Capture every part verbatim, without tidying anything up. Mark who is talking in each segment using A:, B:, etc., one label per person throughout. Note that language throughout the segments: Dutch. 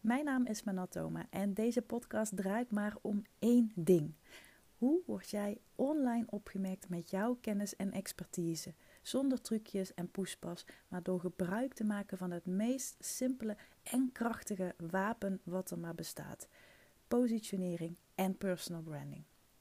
A: Mijn naam is Manatoma en deze podcast draait maar om één ding. Hoe word jij online opgemerkt met jouw kennis en expertise? Zonder trucjes en poespas, maar door gebruik te maken van het meest simpele en krachtige wapen wat er maar bestaat. Positionering en personal branding.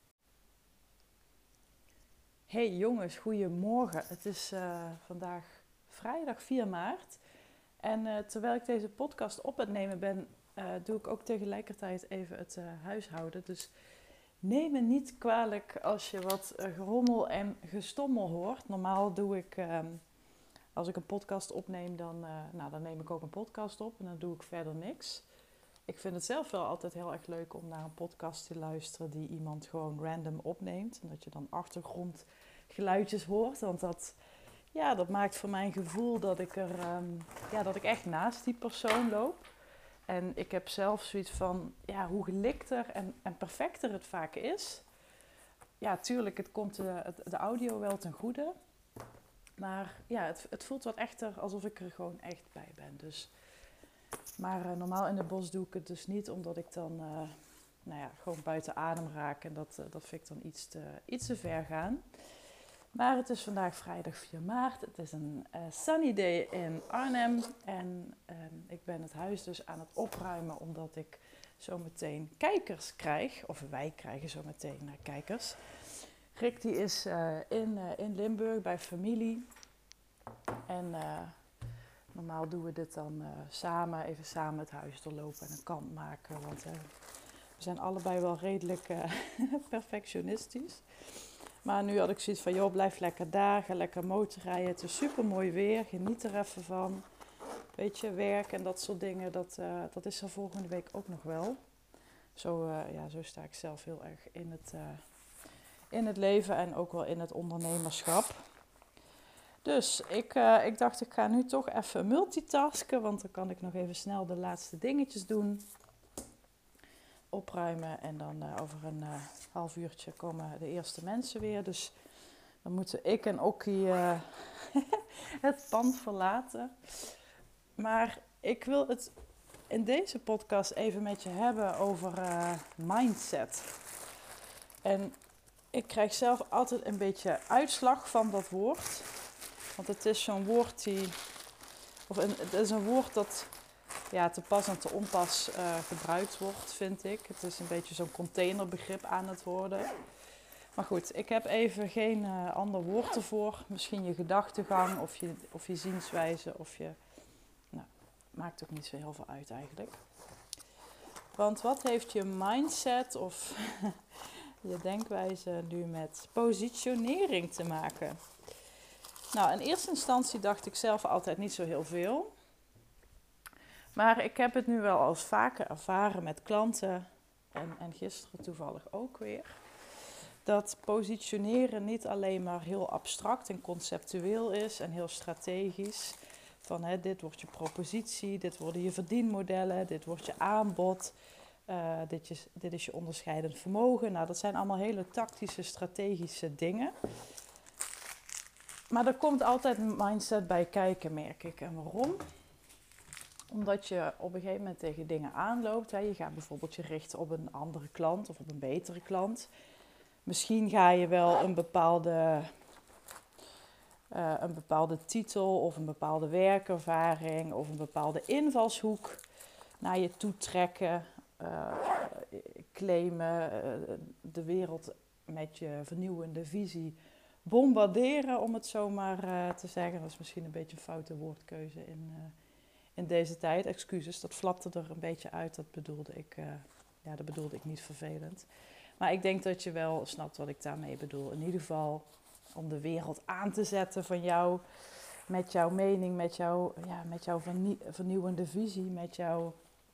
A: Hey jongens, goedemorgen. Het is uh, vandaag vrijdag vier maart. En uh, terwijl ik deze podcast op het nemen ben, uh, doe ik ook tegelijkertijd even het uh, huishouden. Dus neem me niet kwalijk als je wat uh, gerommel en gestommel hoort. Normaal doe ik, uh, als ik een podcast opneem, dan, uh, nou, dan neem ik ook een podcast op en dan doe ik verder niks. Ik vind het zelf wel altijd heel erg leuk om naar een podcast te luisteren die iemand gewoon random opneemt. En dat je dan achtergrondgeluidjes hoort, want dat... Ja, dat maakt voor mijn gevoel dat ik er, um, ja, dat ik echt naast die persoon loop. En ik heb zelf zoiets van, ja, hoe gelikter en, en perfecter het vaak is. Ja, tuurlijk, het komt de, de audio wel ten goede. Maar ja, het, het voelt wat echter alsof ik er gewoon echt bij ben. Dus, maar uh, normaal in het bos doe ik het dus niet, omdat ik dan uh, nou ja, gewoon buiten adem raak. En dat, uh, dat vind ik dan iets te, iets te ver gaan. Maar het is vandaag vrijdag vier maart. Het is een uh, sunny day in Arnhem. En uh, ik ben het huis dus aan het opruimen omdat ik zo meteen kijkers krijg. Of wij krijgen zo meteen uh, kijkers. Rick die is uh, in, uh, in Limburg bij familie. En uh, normaal doen we dit dan uh, samen, even samen het huis doorlopen en een kant maken. Want uh, we zijn allebei wel redelijk uh, perfectionistisch. Maar nu had ik zoiets van, joh, blijf lekker daar, ga lekker motorrijden. Het is super mooi weer, geniet er even van. Weet je, werk en dat soort dingen, dat, uh, dat is er volgende week ook nog wel. Zo, uh, ja, zo sta ik zelf heel erg in het, uh, in het leven en ook wel in het ondernemerschap. Dus ik, uh, ik dacht, ik ga nu toch even multitasken, want dan kan ik nog even snel de laatste dingetjes doen. Opruimen en dan uh, over een uh, half uurtje komen de eerste mensen weer. Dus dan moeten ik en Okkie uh, het pand verlaten. Maar ik wil het in deze podcast even met je hebben over uh, mindset. En ik krijg zelf altijd een beetje uitslag van dat woord. Want het is zo'n woord die... Of een, het is een woord dat... Ja, te pas en te onpas uh, gebruikt wordt, vind ik. Het is een beetje zo'n containerbegrip aan het worden. Maar goed, ik heb even geen uh, ander woord ervoor. Misschien je gedachtegang of je, of je zienswijze of je... Nou, maakt ook niet zo heel veel uit eigenlijk. Want wat heeft je mindset of je denkwijze nu met positionering te maken? Nou, in eerste instantie dacht ik zelf altijd niet zo heel veel... Maar ik heb het nu wel als vaker ervaren met klanten en, en gisteren toevallig ook weer. Dat positioneren niet alleen maar heel abstract en conceptueel is en heel strategisch. Van hè, dit wordt je propositie, dit worden je verdienmodellen, dit wordt je aanbod, uh, dit, is, dit is je onderscheidend vermogen. Nou, dat zijn allemaal hele tactische, strategische dingen. Maar er komt altijd een mindset bij kijken, merk ik. En waarom? Omdat je op een gegeven moment tegen dingen aanloopt. Hè. Je gaat bijvoorbeeld je richten op een andere klant of op een betere klant. Misschien ga je wel een bepaalde, uh, een bepaalde titel of een bepaalde werkervaring of een bepaalde invalshoek naar je toe trekken. Uh, claimen, uh, de wereld met je vernieuwende visie bombarderen, om het zo maar uh, te zeggen. Dat is misschien een beetje een foute woordkeuze in... Uh, In deze tijd, excuses, dat flapte er een beetje uit, dat bedoelde ik, uh, ja, dat bedoelde ik niet vervelend. Maar ik denk dat je wel snapt wat ik daarmee bedoel. In ieder geval om de wereld aan te zetten van jou, met jouw mening, met, jou, ja, met jouw vernie- vernieuwende visie, met, jou,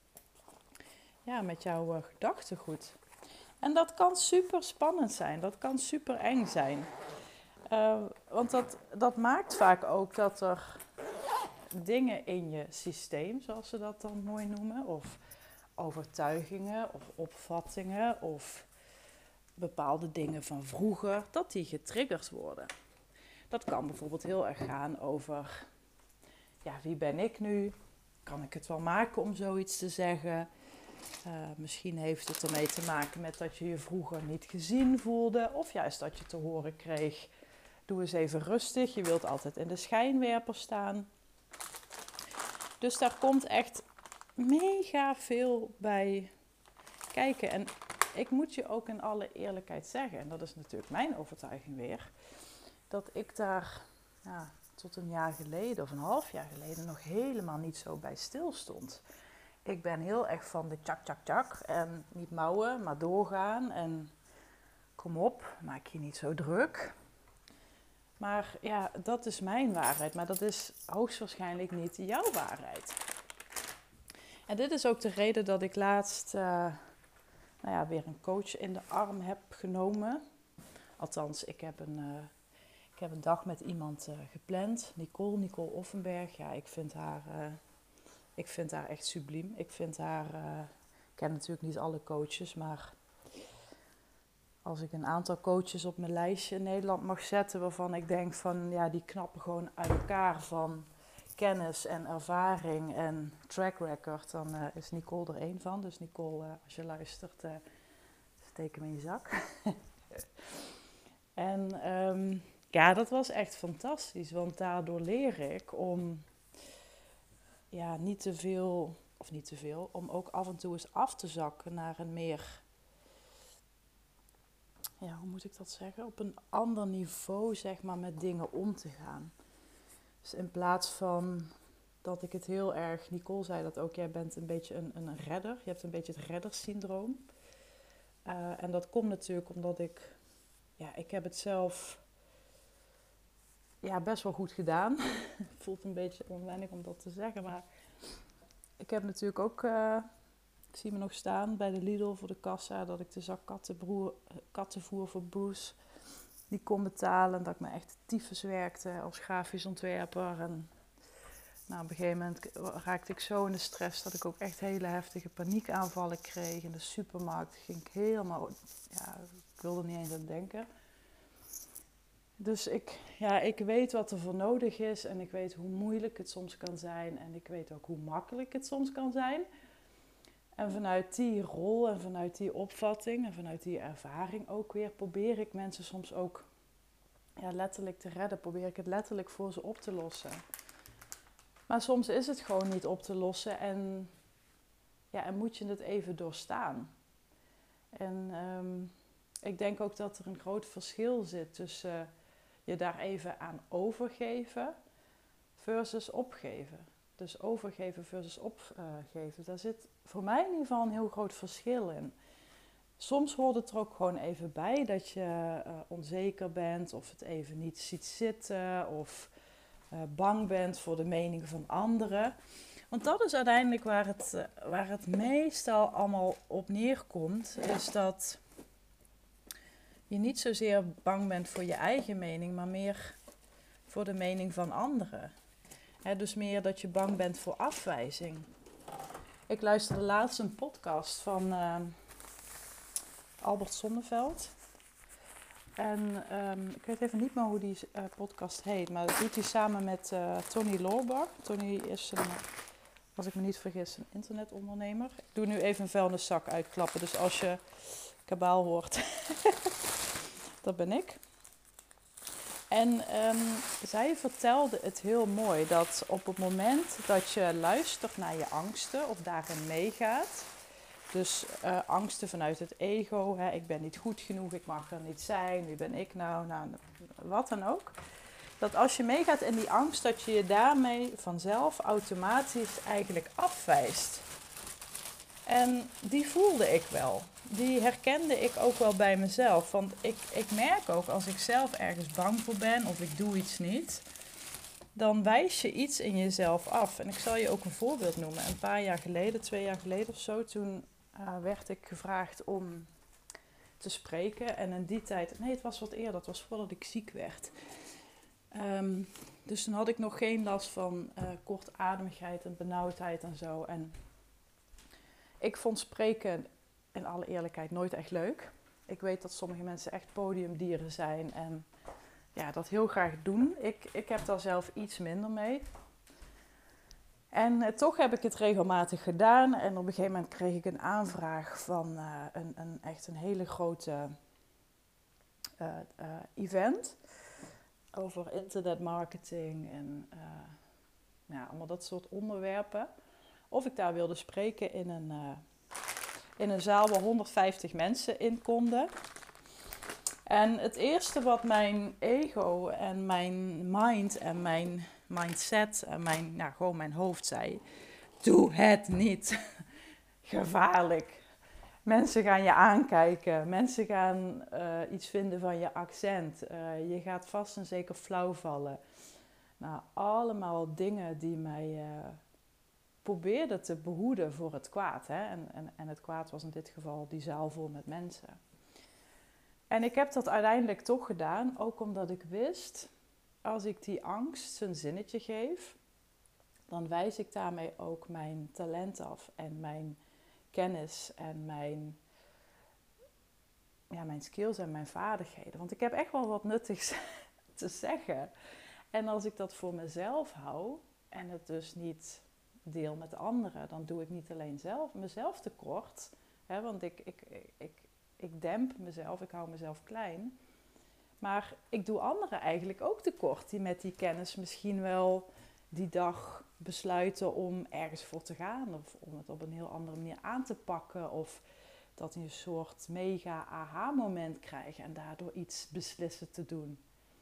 A: ja, met jouw uh, gedachtegoed. En dat kan super spannend zijn, dat kan super eng zijn. Uh, want dat, dat maakt vaak ook dat er... dingen in je systeem, zoals ze dat dan mooi noemen, of overtuigingen of opvattingen of bepaalde dingen van vroeger, dat die getriggerd worden. Dat kan bijvoorbeeld heel erg gaan over, ja, wie ben ik nu? kan ik het wel maken om zoiets te zeggen? Uh, misschien heeft het ermee te maken met dat je je vroeger niet gezien voelde. Of juist dat je te horen kreeg, doe eens even rustig. Je wilt altijd in de schijnwerper staan. Dus daar komt echt mega veel bij kijken. En ik moet je ook in alle eerlijkheid zeggen, en dat is natuurlijk mijn overtuiging weer, dat ik daar ja, tot een jaar geleden of een half jaar geleden nog helemaal niet zo bij stil stond. Ik ben heel erg van de tjak, tjak, tjak. En niet mouwen, maar doorgaan. En kom op, maak je niet zo druk. Maar ja, dat is mijn waarheid. Maar dat is hoogstwaarschijnlijk niet jouw waarheid. En dit is ook de reden dat ik laatst uh, nou ja, weer een coach in de arm heb genomen. Althans, ik heb een, uh, ik heb een dag met iemand uh, gepland. Nicole, Nicole Offenberg. Ja, ik vind haar... Uh, Ik vind haar echt subliem. Ik vind haar, uh, ik ken natuurlijk niet alle coaches, maar als ik een aantal coaches op mijn lijstje in Nederland mag zetten, waarvan ik denk van, ja, die knappen gewoon uit elkaar van kennis en ervaring en track record, dan uh, is Nicole er één van. Dus Nicole, uh, als je luistert, uh, steek hem in je zak. en um, ja, dat was echt fantastisch, want daardoor leer ik om... Ja, niet te veel, of niet te veel, om ook af en toe eens af te zakken naar een meer, ja, hoe moet ik dat zeggen, op een ander niveau, zeg maar, met dingen om te gaan. Dus in plaats van dat ik het heel erg, Nicole zei dat ook, jij bent een beetje een, een redder, je hebt een beetje het reddersyndroom. Uh, en dat komt natuurlijk omdat ik, ja, ik heb het zelf... Ja, best wel goed gedaan. Voelt een beetje onwennig om dat te zeggen, maar ik heb natuurlijk ook, uh, ik zie me nog staan bij de Lidl voor de kassa, dat ik de zak kattenbroer, kattenvoer voor Boes die kon betalen. En dat ik me echt tyfus werkte als grafisch ontwerper. En nou, op een gegeven moment raakte ik zo in de stress dat ik ook echt hele heftige paniekaanvallen kreeg. In de supermarkt ging ik helemaal, ja, ik wilde er niet eens aan denken. Dus ik, ja, ik weet wat er voor nodig is en ik weet hoe moeilijk het soms kan zijn en ik weet ook hoe makkelijk het soms kan zijn. En vanuit die rol en vanuit die opvatting en vanuit die ervaring ook weer probeer ik mensen soms ook ja, letterlijk te redden. Probeer ik het letterlijk voor ze op te lossen. Maar soms is het gewoon niet op te lossen en, ja, en moet je het even doorstaan. En um, ik denk ook dat er een groot verschil zit tussen... Uh, je daar even aan overgeven versus opgeven. Dus overgeven versus opgeven. Daar zit voor mij in ieder geval een heel groot verschil in. Soms hoort het er ook gewoon even bij dat je uh, onzeker bent of het even niet ziet zitten of uh, bang bent voor de mening van anderen. Want dat is uiteindelijk waar het, uh, waar het meestal allemaal op neerkomt, is dat je niet zozeer bang bent voor je eigen mening, maar meer voor de mening van anderen. He, dus meer dat je bang bent voor afwijzing. Ik luisterde laatst een podcast van uh, Albert Sonneveld. En um, ik weet even niet meer hoe die uh, podcast heet, maar dat doet hij samen met uh, Tony Loorbach. Tony is, een, als ik me niet vergis, een internetondernemer. Ik doe nu even een vuilniszak uitklappen, dus als je kabaal hoort... Dat ben ik. En um, zij vertelde het heel mooi dat op het moment dat je luistert naar je angsten of daarin meegaat, dus uh, angsten vanuit het ego, hè, ik ben niet goed genoeg, ik mag er niet zijn, wie ben ik nou, nou, wat dan ook. Dat als je meegaat in die angst, dat je je daarmee vanzelf automatisch eigenlijk afwijst. En die voelde ik wel. Die herkende ik ook wel bij mezelf. Want ik, ik merk ook als ik zelf ergens bang voor ben of ik doe iets niet, dan wijs je iets in jezelf af. En ik zal je ook een voorbeeld noemen. Een paar jaar geleden, twee jaar geleden of zo, toen uh, werd ik gevraagd om te spreken. En in die tijd, nee het was wat eerder, dat was voordat ik ziek werd. Um, dus toen had ik nog geen last van uh, kortademigheid en benauwdheid en zo. En ik vond spreken in alle eerlijkheid nooit echt leuk. Ik weet dat sommige mensen echt podiumdieren zijn en ja, dat heel graag doen. Ik, ik heb daar zelf iets minder mee. En uh, toch heb ik het regelmatig gedaan. En op een gegeven moment kreeg ik een aanvraag van uh, een, een, echt een hele grote uh, uh, event. Over internetmarketing en uh, ja, allemaal dat soort onderwerpen. Of ik daar wilde spreken in een, uh, in een zaal waar honderdvijftig mensen in konden. En het eerste wat mijn ego en mijn mind en mijn mindset en mijn, nou, gewoon mijn hoofd zei: doe het niet. Gevaarlijk. Mensen gaan je aankijken. Mensen gaan uh, iets vinden van je accent. Uh, je gaat vast en zeker flauw vallen. Nou, allemaal dingen die mij uh, probeerden te behoeden voor het kwaad. Hè? En, en, en het kwaad was in dit geval die zaal vol met mensen. En ik heb dat uiteindelijk toch gedaan, ook omdat ik wist, als ik die angst zijn zinnetje geef, dan wijs ik daarmee ook mijn talent af en mijn kennis en mijn, ja, mijn skills en mijn vaardigheden. Want ik heb echt wel wat nuttigs te zeggen. En als ik dat voor mezelf hou en het dus niet deel met anderen, dan doe ik niet alleen zelf, mezelf tekort. Hè, want ik, ik, ik, ik, ik demp mezelf, ik hou mezelf klein. Maar ik doe anderen eigenlijk ook tekort die met die kennis misschien wel die dag besluiten om ergens voor te gaan. Of om het op een heel andere manier aan te pakken. Of dat die een soort mega aha-moment krijgen en daardoor iets beslissen te doen.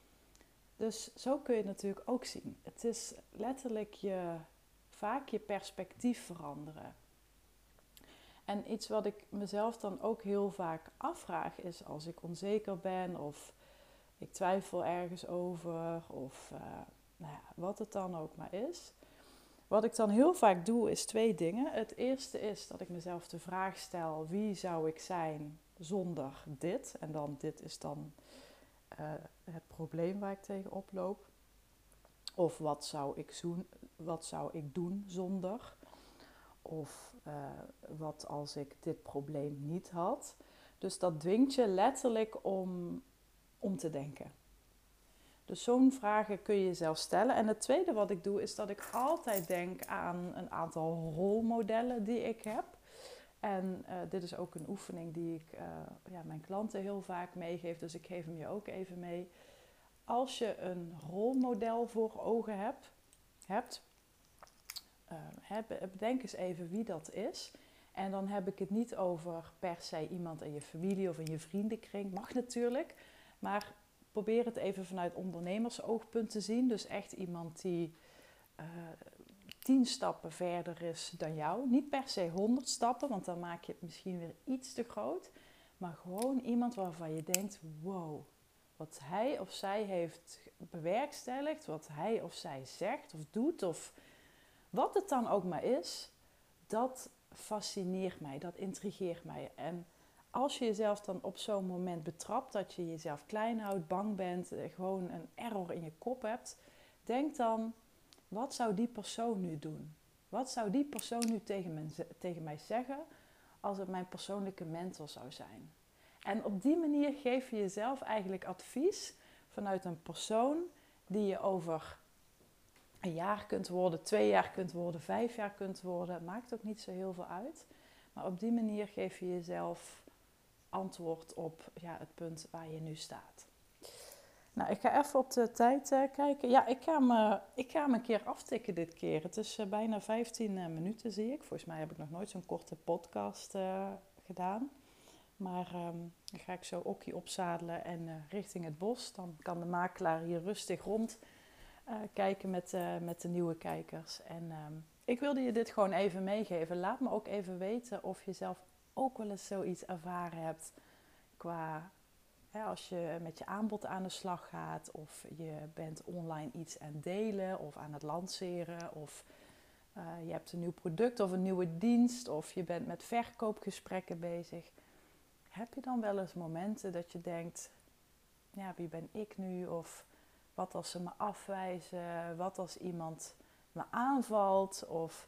A: Dus zo kun je het natuurlijk ook zien. Het is letterlijk je, vaak je perspectief veranderen. En iets wat ik mezelf dan ook heel vaak afvraag is als ik onzeker ben of ik twijfel ergens over of uh, nou ja, wat het dan ook maar is. Wat ik dan heel vaak doe is twee dingen. Het eerste is dat ik mezelf de vraag stel: wie zou ik zijn zonder dit? En dan dit is dan uh, het probleem waar ik tegenop loop. Of wat zou ik doen, wat zou ik doen zonder? Of uh, wat als ik dit probleem niet had? Dus dat dwingt je letterlijk om, om te denken. Dus zo'n vragen kun je jezelf stellen. En het tweede wat ik doe is dat ik altijd denk aan een aantal rolmodellen die ik heb. En uh, dit is ook een oefening die ik uh, ja, mijn klanten heel vaak meegeef. Dus ik geef hem je ook even mee. Als je een rolmodel voor ogen hebt, hebt uh, bedenk eens even wie dat is. En dan heb ik het niet over per se iemand in je familie of in je vriendenkring. Mag natuurlijk, maar probeer het even vanuit ondernemersoogpunt te zien. Dus echt iemand die uh, tien stappen verder is dan jou. Niet per se honderd stappen, want dan maak je het misschien weer iets te groot. Maar gewoon iemand waarvan je denkt: wow, wat hij of zij heeft bewerkstelligd, wat hij of zij zegt of doet, of wat het dan ook maar is, dat fascineert mij, dat intrigeert mij. En als je jezelf dan op zo'n moment betrapt dat je jezelf klein houdt, bang bent, gewoon een error in je kop hebt, denk dan: wat zou die persoon nu doen? Wat zou die persoon nu tegen, me, tegen mij zeggen als het mijn persoonlijke mentor zou zijn? En op die manier geef je jezelf eigenlijk advies vanuit een persoon die je over een jaar kunt worden, twee jaar kunt worden, vijf jaar kunt worden. Maakt ook niet zo heel veel uit. Maar op die manier geef je jezelf antwoord op ja, het punt waar je nu staat. Nou, ik ga even op de tijd uh, kijken. Ja, ik ga, me, ik ga hem een keer aftikken dit keer. Het is uh, bijna vijftien uh, minuten, zie ik. Volgens mij heb ik nog nooit zo'n korte podcast uh, gedaan. Maar um, dan ga ik zo Okkie opzadelen en uh, richting het bos. Dan kan de makelaar hier rustig rond uh, kijken met, uh, met de nieuwe kijkers. En um, ik wilde je dit gewoon even meegeven. Laat me ook even weten of je zelf ook wel eens zoiets ervaren hebt qua... Ja, als je met je aanbod aan de slag gaat of je bent online iets aan het delen of aan het lanceren of uh, je hebt een nieuw product of een nieuwe dienst of je bent met verkoopgesprekken bezig. Heb je dan wel eens momenten dat je denkt: ja, wie ben ik nu? Of wat als ze me afwijzen? Wat als iemand me aanvalt? Of...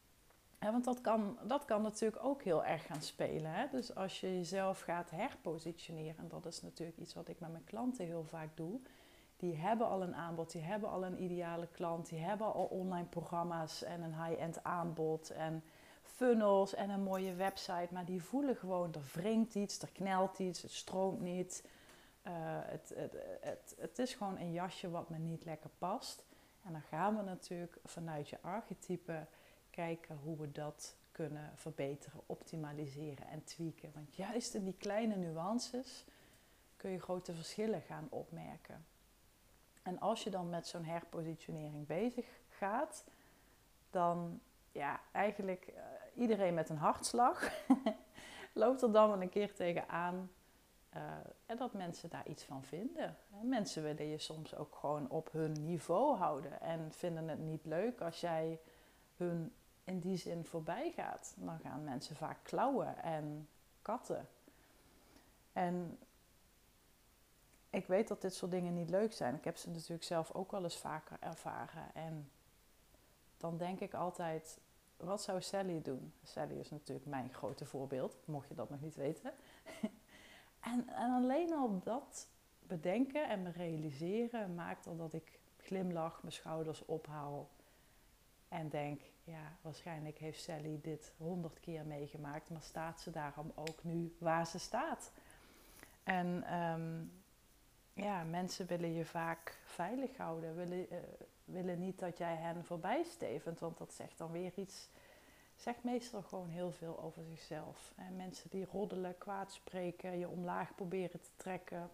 A: Ja, want dat kan, dat kan natuurlijk ook heel erg gaan spelen. Hè? Dus als je jezelf gaat herpositioneren, en dat is natuurlijk iets wat ik met mijn klanten heel vaak doe, die hebben al een aanbod, die hebben al een ideale klant, die hebben al online programma's en een high-end aanbod en funnels en een mooie website, maar die voelen gewoon, er wringt iets, er knelt iets, het stroomt niet. Uh, het, het, het, het is gewoon een jasje wat me niet lekker past. En dan gaan we natuurlijk vanuit je archetype kijken hoe we dat kunnen verbeteren, optimaliseren en tweaken. Want juist in die kleine nuances kun je grote verschillen gaan opmerken. En als je dan met zo'n herpositionering bezig gaat, dan ja, eigenlijk uh, iedereen met een hartslag loopt er dan wel een keer tegenaan. Uh, en dat mensen daar iets van vinden. En mensen willen je soms ook gewoon op hun niveau houden. En vinden het niet leuk als jij hun in die zin voorbij gaat. Dan gaan mensen vaak klauwen en katten. En ik weet dat dit soort dingen niet leuk zijn. Ik heb ze natuurlijk zelf ook wel eens vaker ervaren. En dan denk ik altijd, wat zou Sally doen? Sally is natuurlijk mijn grote voorbeeld, mocht je dat nog niet weten. En, en alleen al dat bedenken en me realiseren maakt al dat ik glimlach, mijn schouders ophaal en denk, ja, waarschijnlijk heeft Sally dit honderd keer meegemaakt, maar staat ze daarom ook nu waar ze staat. En um, ja, mensen willen je vaak veilig houden, willen, uh, willen niet dat jij hen voorbij stevend, want dat zegt dan weer iets, zegt meestal gewoon heel veel over zichzelf. En mensen die roddelen, kwaad spreken, je omlaag proberen te trekken.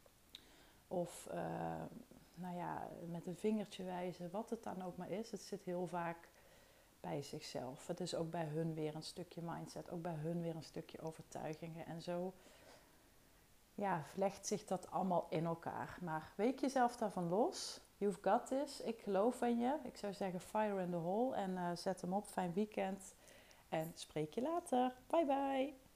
A: Of uh, nou ja, met een vingertje wijzen, wat het dan ook maar is. Het zit heel vaak bij zichzelf. Het is ook bij hun weer een stukje mindset, ook bij hun weer een stukje overtuigingen. En zo ja, vlecht zich dat allemaal in elkaar. Maar week jezelf daarvan los. You've got this. Ik geloof in je. Ik zou zeggen fire in the hole. En uh, zet hem op. Fijn weekend. En spreek je later. Bye bye.